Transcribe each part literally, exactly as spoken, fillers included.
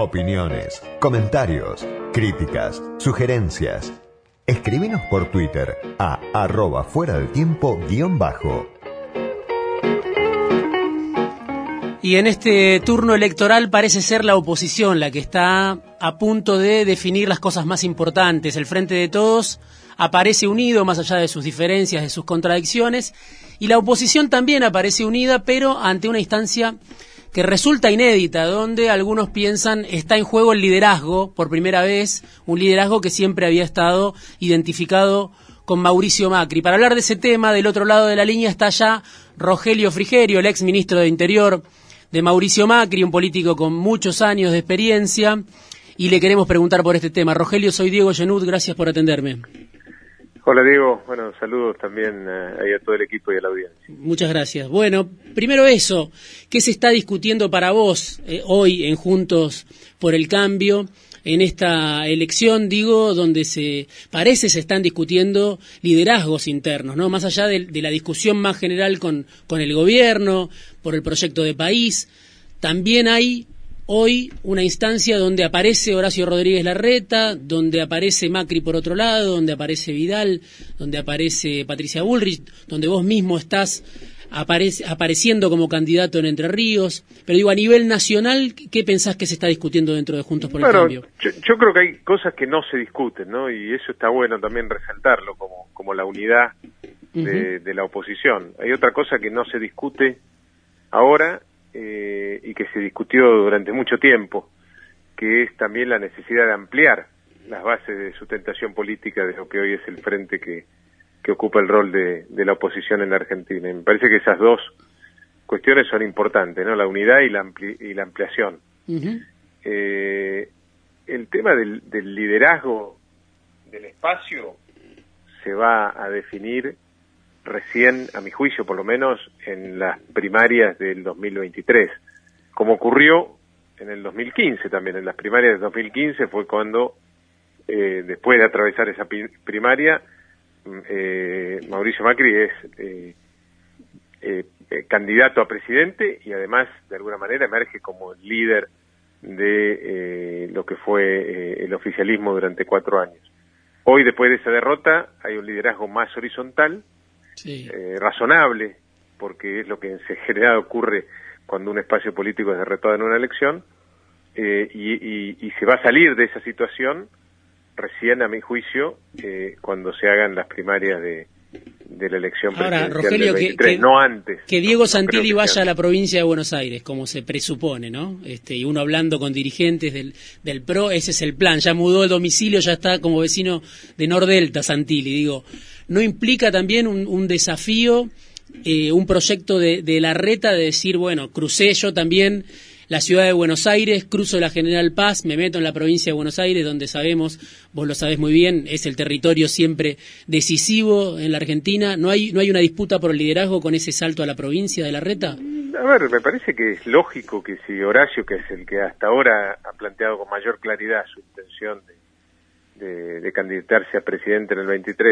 Opiniones, comentarios, críticas, sugerencias. Escribinos por Twitter a arroba fuera del tiempo guión bajo. Y en este turno electoral parece ser la oposición la que está a punto de definir las cosas más importantes. El Frente de Todos aparece unido más allá de sus diferencias, de sus contradicciones, y la oposición también aparece unida, pero ante una instancia que resulta inédita, donde algunos piensan está en juego el liderazgo, por primera vez, un liderazgo que siempre había estado identificado con Mauricio Macri. Para hablar de ese tema, del otro lado de la línea está ya Rogelio Frigerio, el ex ministro de Interior de Mauricio Macri, un político con muchos años de experiencia, y le queremos preguntar por este tema. Rogelio, soy Diego Genud, gracias por atenderme. Hola Diego, bueno, saludos también eh, ahí a todo el equipo y a la audiencia. Muchas gracias. Bueno, primero eso, ¿qué se está discutiendo para vos eh, hoy en Juntos por el Cambio, en esta elección, digo, donde se parece se están discutiendo liderazgos internos, ¿no? Más allá de, de la discusión más general con, con el gobierno, por el proyecto de país, también hay hoy una instancia donde aparece Horacio Rodríguez Larreta, donde aparece Macri por otro lado, donde aparece Vidal, donde aparece Patricia Bullrich, donde vos mismo estás aparece, apareciendo como candidato en Entre Ríos. Pero digo, a nivel nacional, ¿qué pensás que se está discutiendo dentro de Juntos por bueno, el Cambio? Yo, yo creo que hay cosas que no se discuten, ¿no? Y eso está bueno también resaltarlo, como, como la unidad de, uh-huh. de la oposición. Hay otra cosa que no se discute ahora, Eh, y que se discutió durante mucho tiempo, que es también la necesidad de ampliar las bases de sustentación política de lo que hoy es el frente que, que ocupa el rol de, de la oposición en la Argentina. Y me parece que esas dos cuestiones son importantes, ¿no? La unidad y la, ampli y la ampliación. Uh-huh. eh, el tema del, del liderazgo del espacio se va a definir recién, a mi juicio por lo menos, en las primarias del dos mil veintitrés, como ocurrió en el dos mil quince también. En las primarias del dos mil quince fue cuando, eh, después de atravesar esa primaria, eh, Mauricio Macri es eh, eh, eh, candidato a presidente y además, de alguna manera, emerge como el líder de eh, lo que fue eh, el oficialismo durante cuatro años. Hoy, después de esa derrota, hay un liderazgo más horizontal, Sí. Eh, razonable, porque es lo que en general ocurre cuando un espacio político es derrotado en una elección, eh, y, y, y se va a salir de esa situación recién, a mi juicio, eh, cuando se hagan las primarias de, de la elección Ahora, presidencial Rogelio, del veintitrés, que, que, no antes. Que Diego no, Santilli no vaya sea. a la provincia de Buenos Aires, como se presupone, ¿no? Este, y uno hablando con dirigentes del, del P R O, ese es el plan. Ya mudó el domicilio, ya está como vecino de Nordelta, Santilli. Digo, ¿no implica también un, un desafío, eh, un proyecto de, de Larreta de decir, bueno, crucé yo también la ciudad de Buenos Aires, cruzo la General Paz, me meto en la provincia de Buenos Aires, donde sabemos, vos lo sabés muy bien, es el territorio siempre decisivo en la Argentina? ¿No hay no hay una disputa por el liderazgo con ese salto a la provincia de Larreta? A ver, me parece que es lógico que si Horacio, que es el que hasta ahora ha planteado con mayor claridad su intención de, de, de candidatarse a presidente en el veintitrés,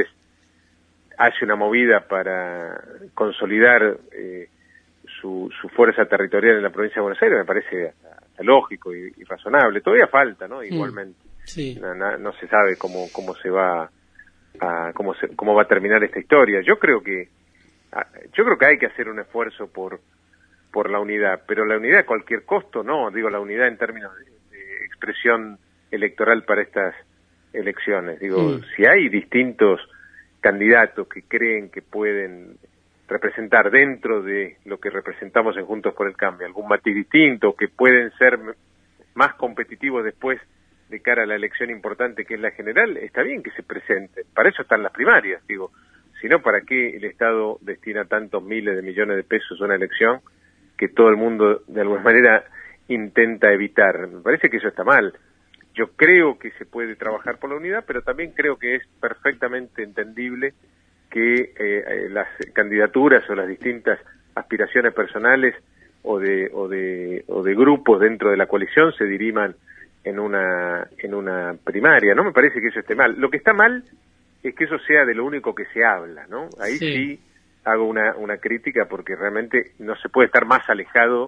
hace una movida para consolidar eh, su, su fuerza territorial en la provincia de Buenos Aires, me parece hasta, hasta lógico y, y razonable. Todavía falta, ¿no? Igualmente. Mm, sí. no, no, no se sabe cómo cómo se va a cómo se, cómo va a terminar esta historia. Yo creo que yo creo que hay que hacer un esfuerzo por por la unidad, pero la unidad a cualquier costo, no, digo la unidad en términos de, de expresión electoral para estas elecciones. Digo, mm. si hay distintos candidatos que creen que pueden representar dentro de lo que representamos en Juntos por el Cambio algún matiz distinto, que pueden ser más competitivos después de cara a la elección importante que es la general, está bien que se presenten. Para eso están las primarias, digo. Si no, ¿para qué el Estado destina tantos miles de millones de pesos a una elección que todo el mundo de alguna manera intenta evitar? Me parece que eso está mal. Yo creo que se puede trabajar por la unidad, pero también creo que es perfectamente entendible que eh, las candidaturas o las distintas aspiraciones personales o de o de o de grupos dentro de la coalición se diriman en una en una primaria. No me parece que eso esté mal. Lo que está mal es que eso sea de lo único que se habla, ¿no? Ahí sí, sí hago una una crítica, porque realmente no se puede estar más alejado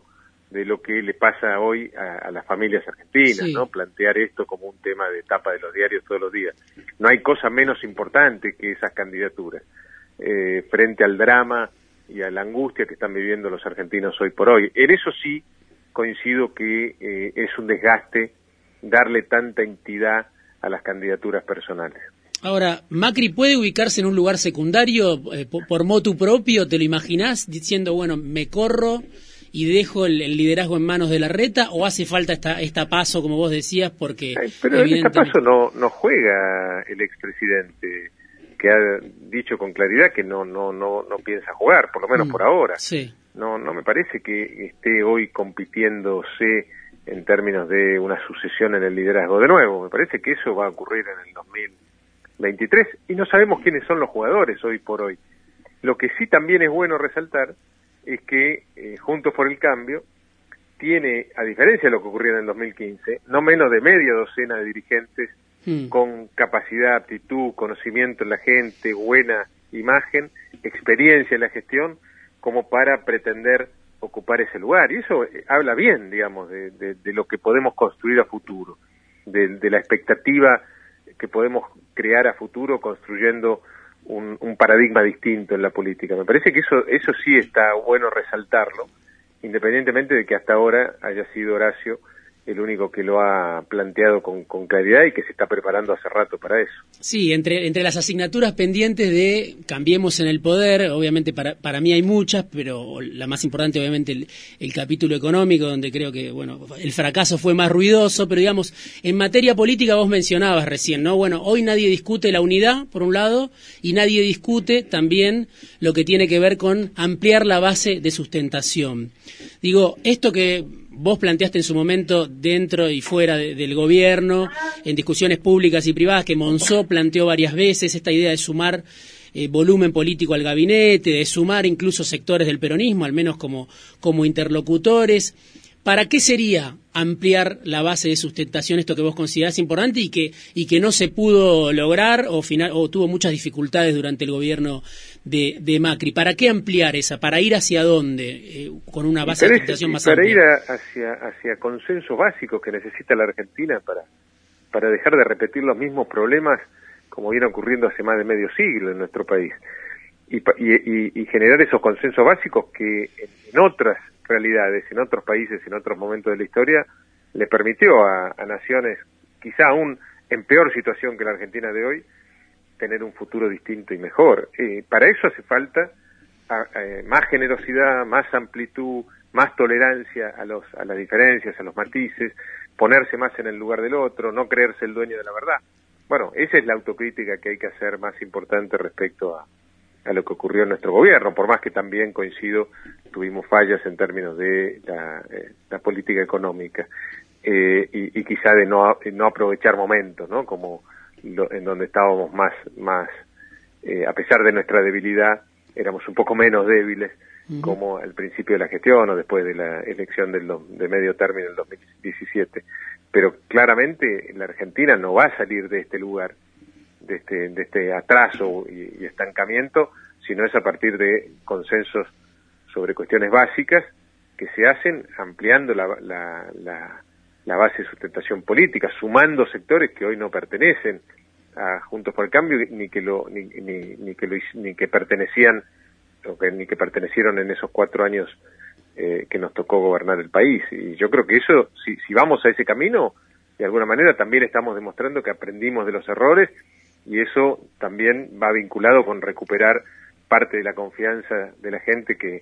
de lo que le pasa hoy a, a las familias argentinas, sí. ¿no? Plantear esto como un tema de tapa de los diarios todos los días. No hay cosa menos importante que esas candidaturas, eh, frente al drama y a la angustia que están viviendo los argentinos hoy por hoy. En eso sí coincido que eh, es un desgaste darle tanta entidad a las candidaturas personales. Ahora, ¿Macri puede ubicarse en un lugar secundario eh, por, por motu propio? ¿Te lo imaginás diciendo, bueno, me corro y dejo el, el liderazgo en manos de Larreta, o hace falta esta, esta paso, como vos decías, porque... Ay, pero evidentemente... en esta paso no, no juega el expresidente, que ha dicho con claridad que no no no no piensa jugar, por lo menos mm, por ahora. Sí. No no me parece que esté hoy compitiéndose en términos de una sucesión en el liderazgo de nuevo. Me parece que eso va a ocurrir en el dos mil veintitrés y no sabemos quiénes son los jugadores hoy por hoy. Lo que sí también es bueno resaltar es que eh, Juntos por el Cambio tiene, a diferencia de lo que ocurrió en el dos mil quince, no menos de media docena de dirigentes mm. con capacidad, aptitud, conocimiento en la gente, buena imagen, experiencia en la gestión, como para pretender ocupar ese lugar. Y eso eh, habla bien, digamos, de, de, de lo que podemos construir a futuro, de, de la expectativa que podemos crear a futuro construyendo un, un paradigma distinto en la política. Me parece que eso eso sí está bueno resaltarlo, independientemente de que hasta ahora haya sido Horacio el único que lo ha planteado con, con claridad y que se está preparando hace rato para eso. Sí, entre entre las asignaturas pendientes de Cambiemos en el Poder, obviamente para para mí hay muchas, pero la más importante obviamente el, el capítulo económico, donde creo que, bueno, el fracaso fue más ruidoso, pero digamos, en materia política vos mencionabas recién, ¿no? Bueno, hoy nadie discute la unidad, por un lado, y nadie discute también lo que tiene que ver con ampliar la base de sustentación. Digo, esto que vos planteaste en su momento dentro y fuera de, del gobierno, en discusiones públicas y privadas, que Monzó planteó varias veces, esta idea de sumar eh, volumen político al gabinete, de sumar incluso sectores del peronismo, al menos como, como interlocutores. ¿Para qué sería ampliar la base de sustentación, esto que vos considerás importante y que y que no se pudo lograr o, final, o tuvo muchas dificultades durante el gobierno de, de Macri? ¿Para qué ampliar esa? ¿Para ir hacia dónde? Eh, con una base de sustentación más para amplia. Para ir a, hacia, hacia consensos básicos que necesita la Argentina para, para dejar de repetir los mismos problemas como viene ocurriendo hace más de medio siglo en nuestro país. Y, y, y generar esos consensos básicos que en, en otras realidades, en otros países, en otros momentos de la historia, le permitió a, a naciones, quizá aún en peor situación que la Argentina de hoy, tener un futuro distinto y mejor. Eh, para eso hace falta a, a, más generosidad, más amplitud, más tolerancia a, los, a las diferencias, a los matices, ponerse más en el lugar del otro, no creerse el dueño de la verdad. Bueno, esa es la autocrítica que hay que hacer más importante respecto a a lo que ocurrió en nuestro gobierno, por más que también coincido, tuvimos fallas en términos de la, eh, la política económica eh, y, y quizá de no, no aprovechar momentos, ¿no? Como lo, en donde estábamos más, más eh, a pesar de nuestra debilidad, éramos un poco menos débiles, uh-huh. como al principio de la gestión o después de la elección del, de medio término en el dos mil diecisiete. Pero claramente la Argentina no va a salir de este lugar, de este, de este atraso y, y estancamiento, sino es a partir de consensos sobre cuestiones básicas que se hacen ampliando la, la, la, la base de sustentación política, sumando sectores que hoy no pertenecen a Juntos por el Cambio, ni que lo, ni, ni, ni que lo, ni que pertenecían, o que, ni que pertenecieron en esos cuatro años eh, que nos tocó gobernar el país. Y yo creo que eso, si, si vamos a ese camino, de alguna manera también estamos demostrando que aprendimos de los errores. Y eso también va vinculado con recuperar parte de la confianza de la gente que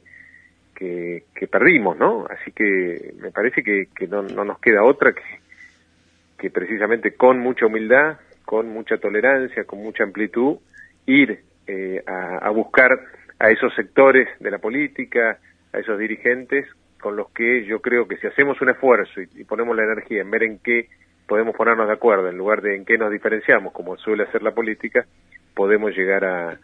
que, que perdimos, ¿no? Así que me parece que, que no, no nos queda otra que, que precisamente con mucha humildad, con mucha tolerancia, con mucha amplitud, ir eh, a, a buscar a esos sectores de la política, a esos dirigentes con los que yo creo que si hacemos un esfuerzo y, y ponemos la energía en ver en qué podemos ponernos de acuerdo, en lugar de en qué nos diferenciamos, como suele hacer la política, podemos llegar a,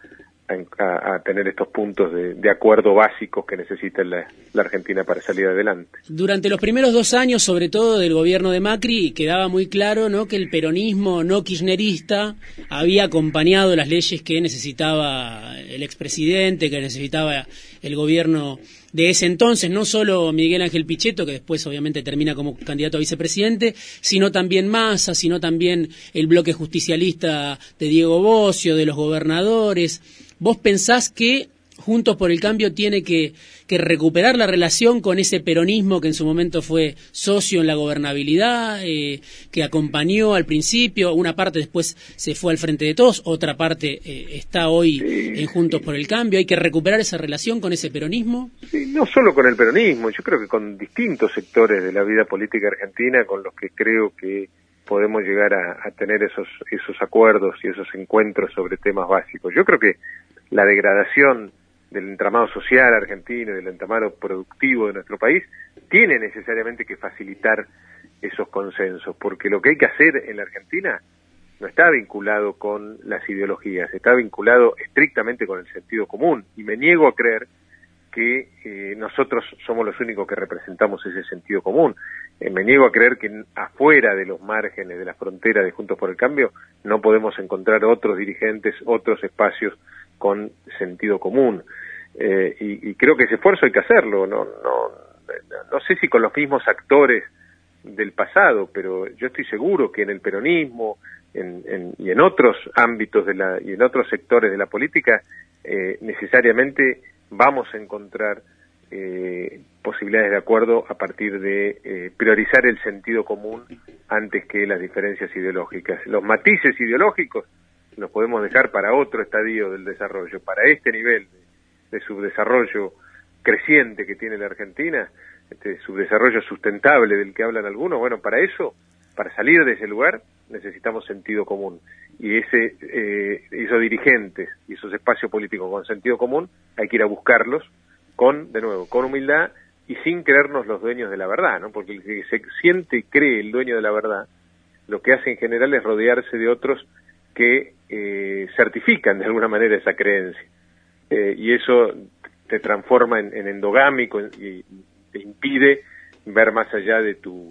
a, a tener estos puntos de, de acuerdo básicos que necesita la, la Argentina para salir adelante. Durante los primeros dos años, sobre todo del gobierno de Macri, quedaba muy claro, ¿no?, que el peronismo no kirchnerista había acompañado las leyes que necesitaba el expresidente, que necesitaba el gobierno de ese entonces, no solo Miguel Ángel Pichetto, que después obviamente termina como candidato a vicepresidente, sino también Massa, sino también el bloque justicialista de Diego Bocio, de los gobernadores. ¿Vos pensás que Juntos por el Cambio tiene que, que recuperar la relación con ese peronismo que en su momento fue socio en la gobernabilidad, eh, que acompañó al principio, una parte después se fue al Frente de Todos, otra parte eh, está hoy sí, en Juntos sí. por el Cambio? ¿Hay que recuperar esa relación con ese peronismo? Sí, no solo con el peronismo, yo creo que con distintos sectores de la vida política argentina con los que creo que podemos llegar a, a tener esos, esos acuerdos y esos encuentros sobre temas básicos. Yo creo que la degradación del entramado social argentino, del entramado productivo de nuestro país, tiene necesariamente que facilitar esos consensos, porque lo que hay que hacer en la Argentina no está vinculado con las ideologías, está vinculado estrictamente con el sentido común, y me niego a creer que eh, nosotros somos los únicos que representamos ese sentido común. Eh, me niego a creer que afuera de los márgenes de la frontera de Juntos por el Cambio no podemos encontrar otros dirigentes, otros espacios con sentido común. Eh, y, y creo que ese esfuerzo hay que hacerlo, no, no, no sé si con los mismos actores del pasado, pero yo estoy seguro que en el peronismo en, en, y en otros ámbitos de la, y en otros sectores de la política eh, necesariamente vamos a encontrar eh, posibilidades de acuerdo a partir de eh, priorizar el sentido común antes que las diferencias ideológicas. Los matices ideológicos los podemos dejar para otro estadio del desarrollo, para este nivel de, de subdesarrollo creciente que tiene la Argentina, este subdesarrollo sustentable del que hablan algunos. Bueno, para eso, para salir de ese lugar, necesitamos sentido común. Y ese eh, esos dirigentes y esos espacios políticos con sentido común hay que ir a buscarlos con, de nuevo, con humildad y sin creernos los dueños de la verdad, ¿no? Porque el que se siente y cree el dueño de la verdad, lo que hace en general es rodearse de otros que eh, certifican de alguna manera esa creencia. Eh, y eso te transforma en, en endogámico y te impide ver más allá de tu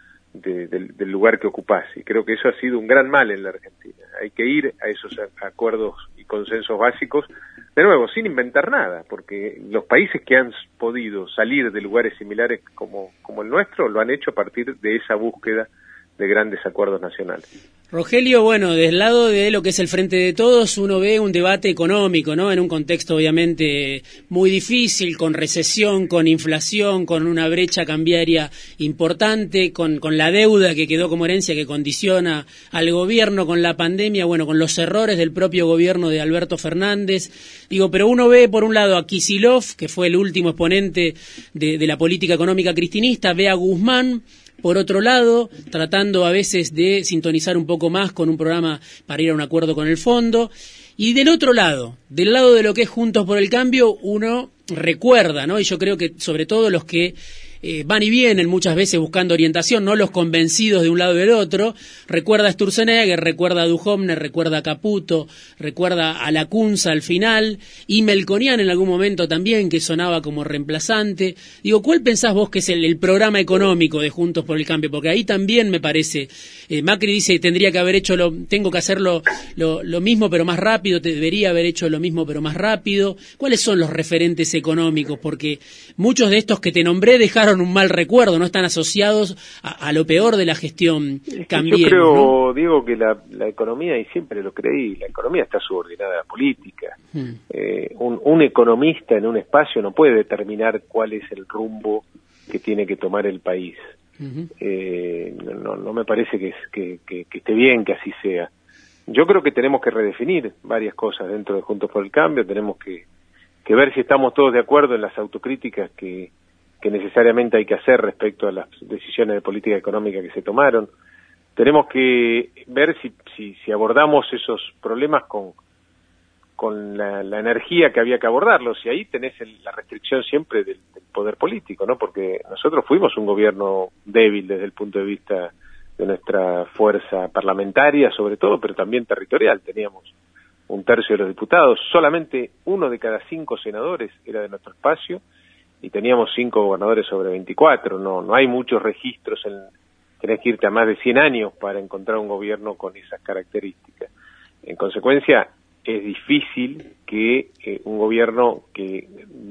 de, del, del lugar que ocupás. Y creo que eso ha sido un gran mal en la Argentina. Hay que ir a esos acuerdos y consensos básicos, de nuevo, sin inventar nada, porque los países que han podido salir de lugares similares como, como el nuestro lo han hecho a partir de esa búsqueda de grandes acuerdos nacionales. Rogelio, bueno, del lado de lo que es el Frente de Todos, uno ve un debate económico, ¿no? En un contexto obviamente muy difícil, con recesión, con inflación, con una brecha cambiaria importante, con, con la deuda que quedó como herencia que condiciona al gobierno, con la pandemia, bueno, con los errores del propio gobierno de Alberto Fernández. Digo, pero uno ve por un lado a Kicillof, que fue el último exponente de, de la política económica cristinista, ve a Guzmán, por otro lado, tratando a veces de sintonizar un poco más con un programa para ir a un acuerdo con el fondo. Y del otro lado, del lado de lo que es Juntos por el Cambio, uno recuerda, ¿no? Y yo creo que sobre todo los que eh, van y vienen muchas veces buscando orientación, no los convencidos de un lado y del otro, recuerda a Sturzenegger, recuerda a Duhovne, recuerda a Caputo, recuerda a Lacunza al final, y Melconian en algún momento también, que sonaba como reemplazante. Digo, ¿cuál pensás vos que es el, el programa económico de Juntos por el Cambio? Porque ahí también me parece, eh, Macri dice que tendría que haber hecho, lo, tengo que hacerlo lo, lo mismo pero más rápido, te debería haber hecho lo mismo pero más rápido. ¿Cuáles son los referentes económicos? Porque muchos de estos que te nombré dejaron un mal recuerdo, no están asociados a, a lo peor de la gestión Cambiemos. Yo creo, ¿no? Diego, que la, la economía, y siempre lo creí, la economía está subordinada a la política. Hmm. Eh, un, un economista en un espacio no puede determinar cuál es el rumbo que tiene que tomar el país. Uh-huh. Eh, no, no me parece que, que, que, que esté bien que así sea. Yo creo que tenemos que redefinir varias cosas dentro de Juntos por el Cambio, tenemos que, que ver si estamos todos de acuerdo en las autocríticas que que necesariamente hay que hacer respecto a las decisiones de política económica que se tomaron. Tenemos que ver si, si, si abordamos esos problemas con, con la, la energía que había que abordarlos, y ahí tenés el, la restricción siempre del, del poder político, ¿no? Porque nosotros fuimos un gobierno débil desde el punto de vista de nuestra fuerza parlamentaria, sobre todo, pero también territorial. Teníamos un tercio de los diputados, solamente uno de cada cinco senadores era de nuestro espacio, y teníamos cinco gobernadores sobre veinticuatro, no, no hay muchos registros, en, tenés que irte a más de cien años para encontrar un gobierno con esas características. En consecuencia, es difícil que eh, un gobierno que,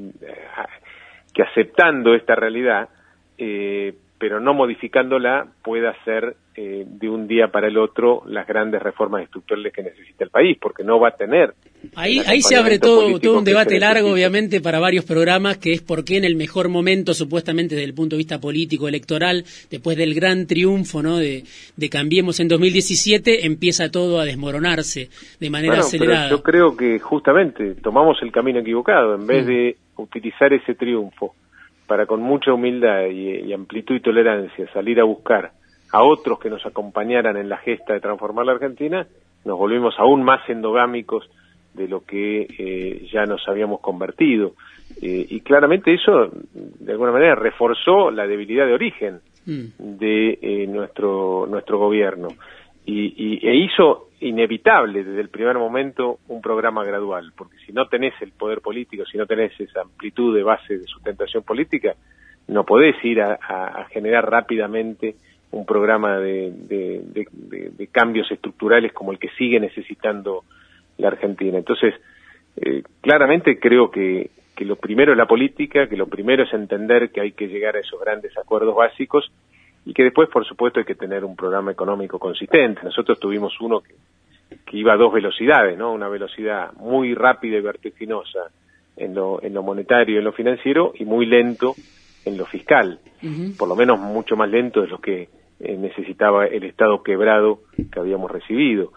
que aceptando esta realidad, eh, pero no modificándola, pueda hacer eh, de un día para el otro las grandes reformas estructurales que necesita el país, porque no va a tener... Ahí, ahí se abre todo, todo un debate largo, obviamente, para varios programas, que es por qué en el mejor momento, supuestamente desde el punto de vista político, electoral, después del gran triunfo, ¿no?, de, de Cambiemos en dos mil diecisiete, empieza todo a desmoronarse de manera bueno, acelerada. Pero yo creo que justamente tomamos el camino equivocado, en vez mm. de utilizar ese triunfo para con mucha humildad y, y amplitud y tolerancia salir a buscar a otros que nos acompañaran en la gesta de transformar la Argentina, nos volvimos aún más endogámicos de lo que eh, ya nos habíamos convertido. Eh, y claramente eso, de alguna manera, reforzó la debilidad de origen mm. de eh, nuestro nuestro gobierno. Y, y, e hizo inevitable desde el primer momento un programa gradual, porque si no tenés el poder político, si no tenés esa amplitud de base de sustentación política, no podés ir a, a, a generar rápidamente un programa de, de, de, de, de cambios estructurales como el que sigue necesitando la Argentina. Entonces, eh, claramente creo que, que lo primero es la política, que lo primero es entender que hay que llegar a esos grandes acuerdos básicos, y que después, por supuesto, hay que tener un programa económico consistente. Nosotros tuvimos uno que, que iba a dos velocidades, ¿no? Una velocidad muy rápida y vertiginosa en lo, en lo monetario y en lo financiero, y muy lento en lo fiscal. Uh-huh. Por lo menos mucho más lento de lo que eh, necesitaba el Estado quebrado que habíamos recibido.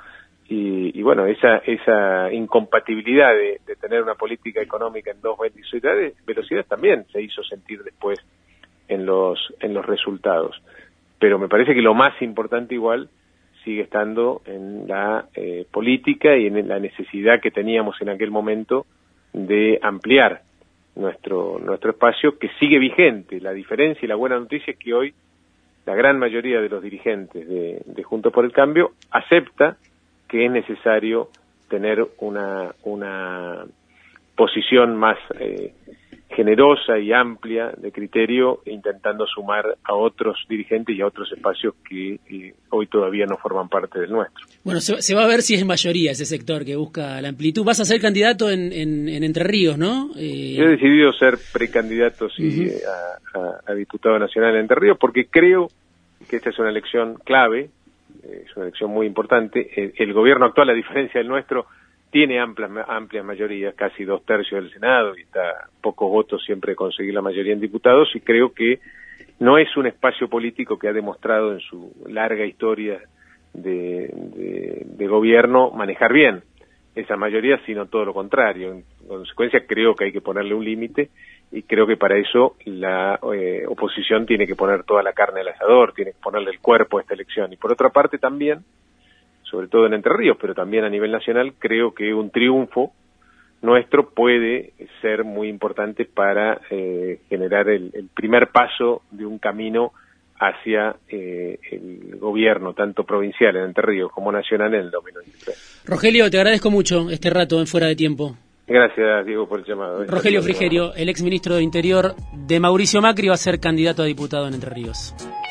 Y, y bueno, esa esa incompatibilidad de, de tener una política económica en dos velocidades, velocidades también se hizo sentir después en los en los resultados. Pero me parece que lo más importante igual sigue estando en la eh, política y en la necesidad que teníamos en aquel momento de ampliar nuestro nuestro espacio, que sigue vigente. La diferencia y la buena noticia es que hoy la gran mayoría de los dirigentes de, de Juntos por el Cambio acepta que es necesario tener una una posición más eh, generosa y amplia de criterio, intentando sumar a otros dirigentes y a otros espacios que eh, hoy todavía no forman parte del nuestro. Bueno, se, se va a ver si es mayoría ese sector que busca la amplitud. Vas a ser candidato en, en, en Entre Ríos, ¿no? Eh... Yo he decidido ser precandidato sí, uh-huh. a, a, a diputado nacional en Entre Ríos, porque creo que esta es una elección clave, es una elección muy importante. El, el gobierno actual, a diferencia del nuestro, tiene amplias, amplias mayorías, casi dos tercios del Senado, y está a pocos votos siempre conseguir la mayoría en diputados, y creo que no es un espacio político que ha demostrado en su larga historia de, de, de gobierno manejar bien esa mayoría, sino todo lo contrario. En consecuencia, creo que hay que ponerle un límite, y creo que para eso la eh, oposición tiene que poner toda la carne al asador, tiene que ponerle el cuerpo a esta elección. Y por otra parte también, sobre todo en Entre Ríos, pero también a nivel nacional, creo que un triunfo nuestro puede ser muy importante para eh, generar el, el primer paso de un camino hacia eh, el gobierno, tanto provincial en Entre Ríos como nacional en el dos mil veintitrés. Rogelio, te agradezco mucho este rato en Fuera de Tiempo. Gracias, Diego, por el llamado. Rogelio Frigerio, el exministro de Interior de Mauricio Macri, va a ser candidato a diputado en Entre Ríos.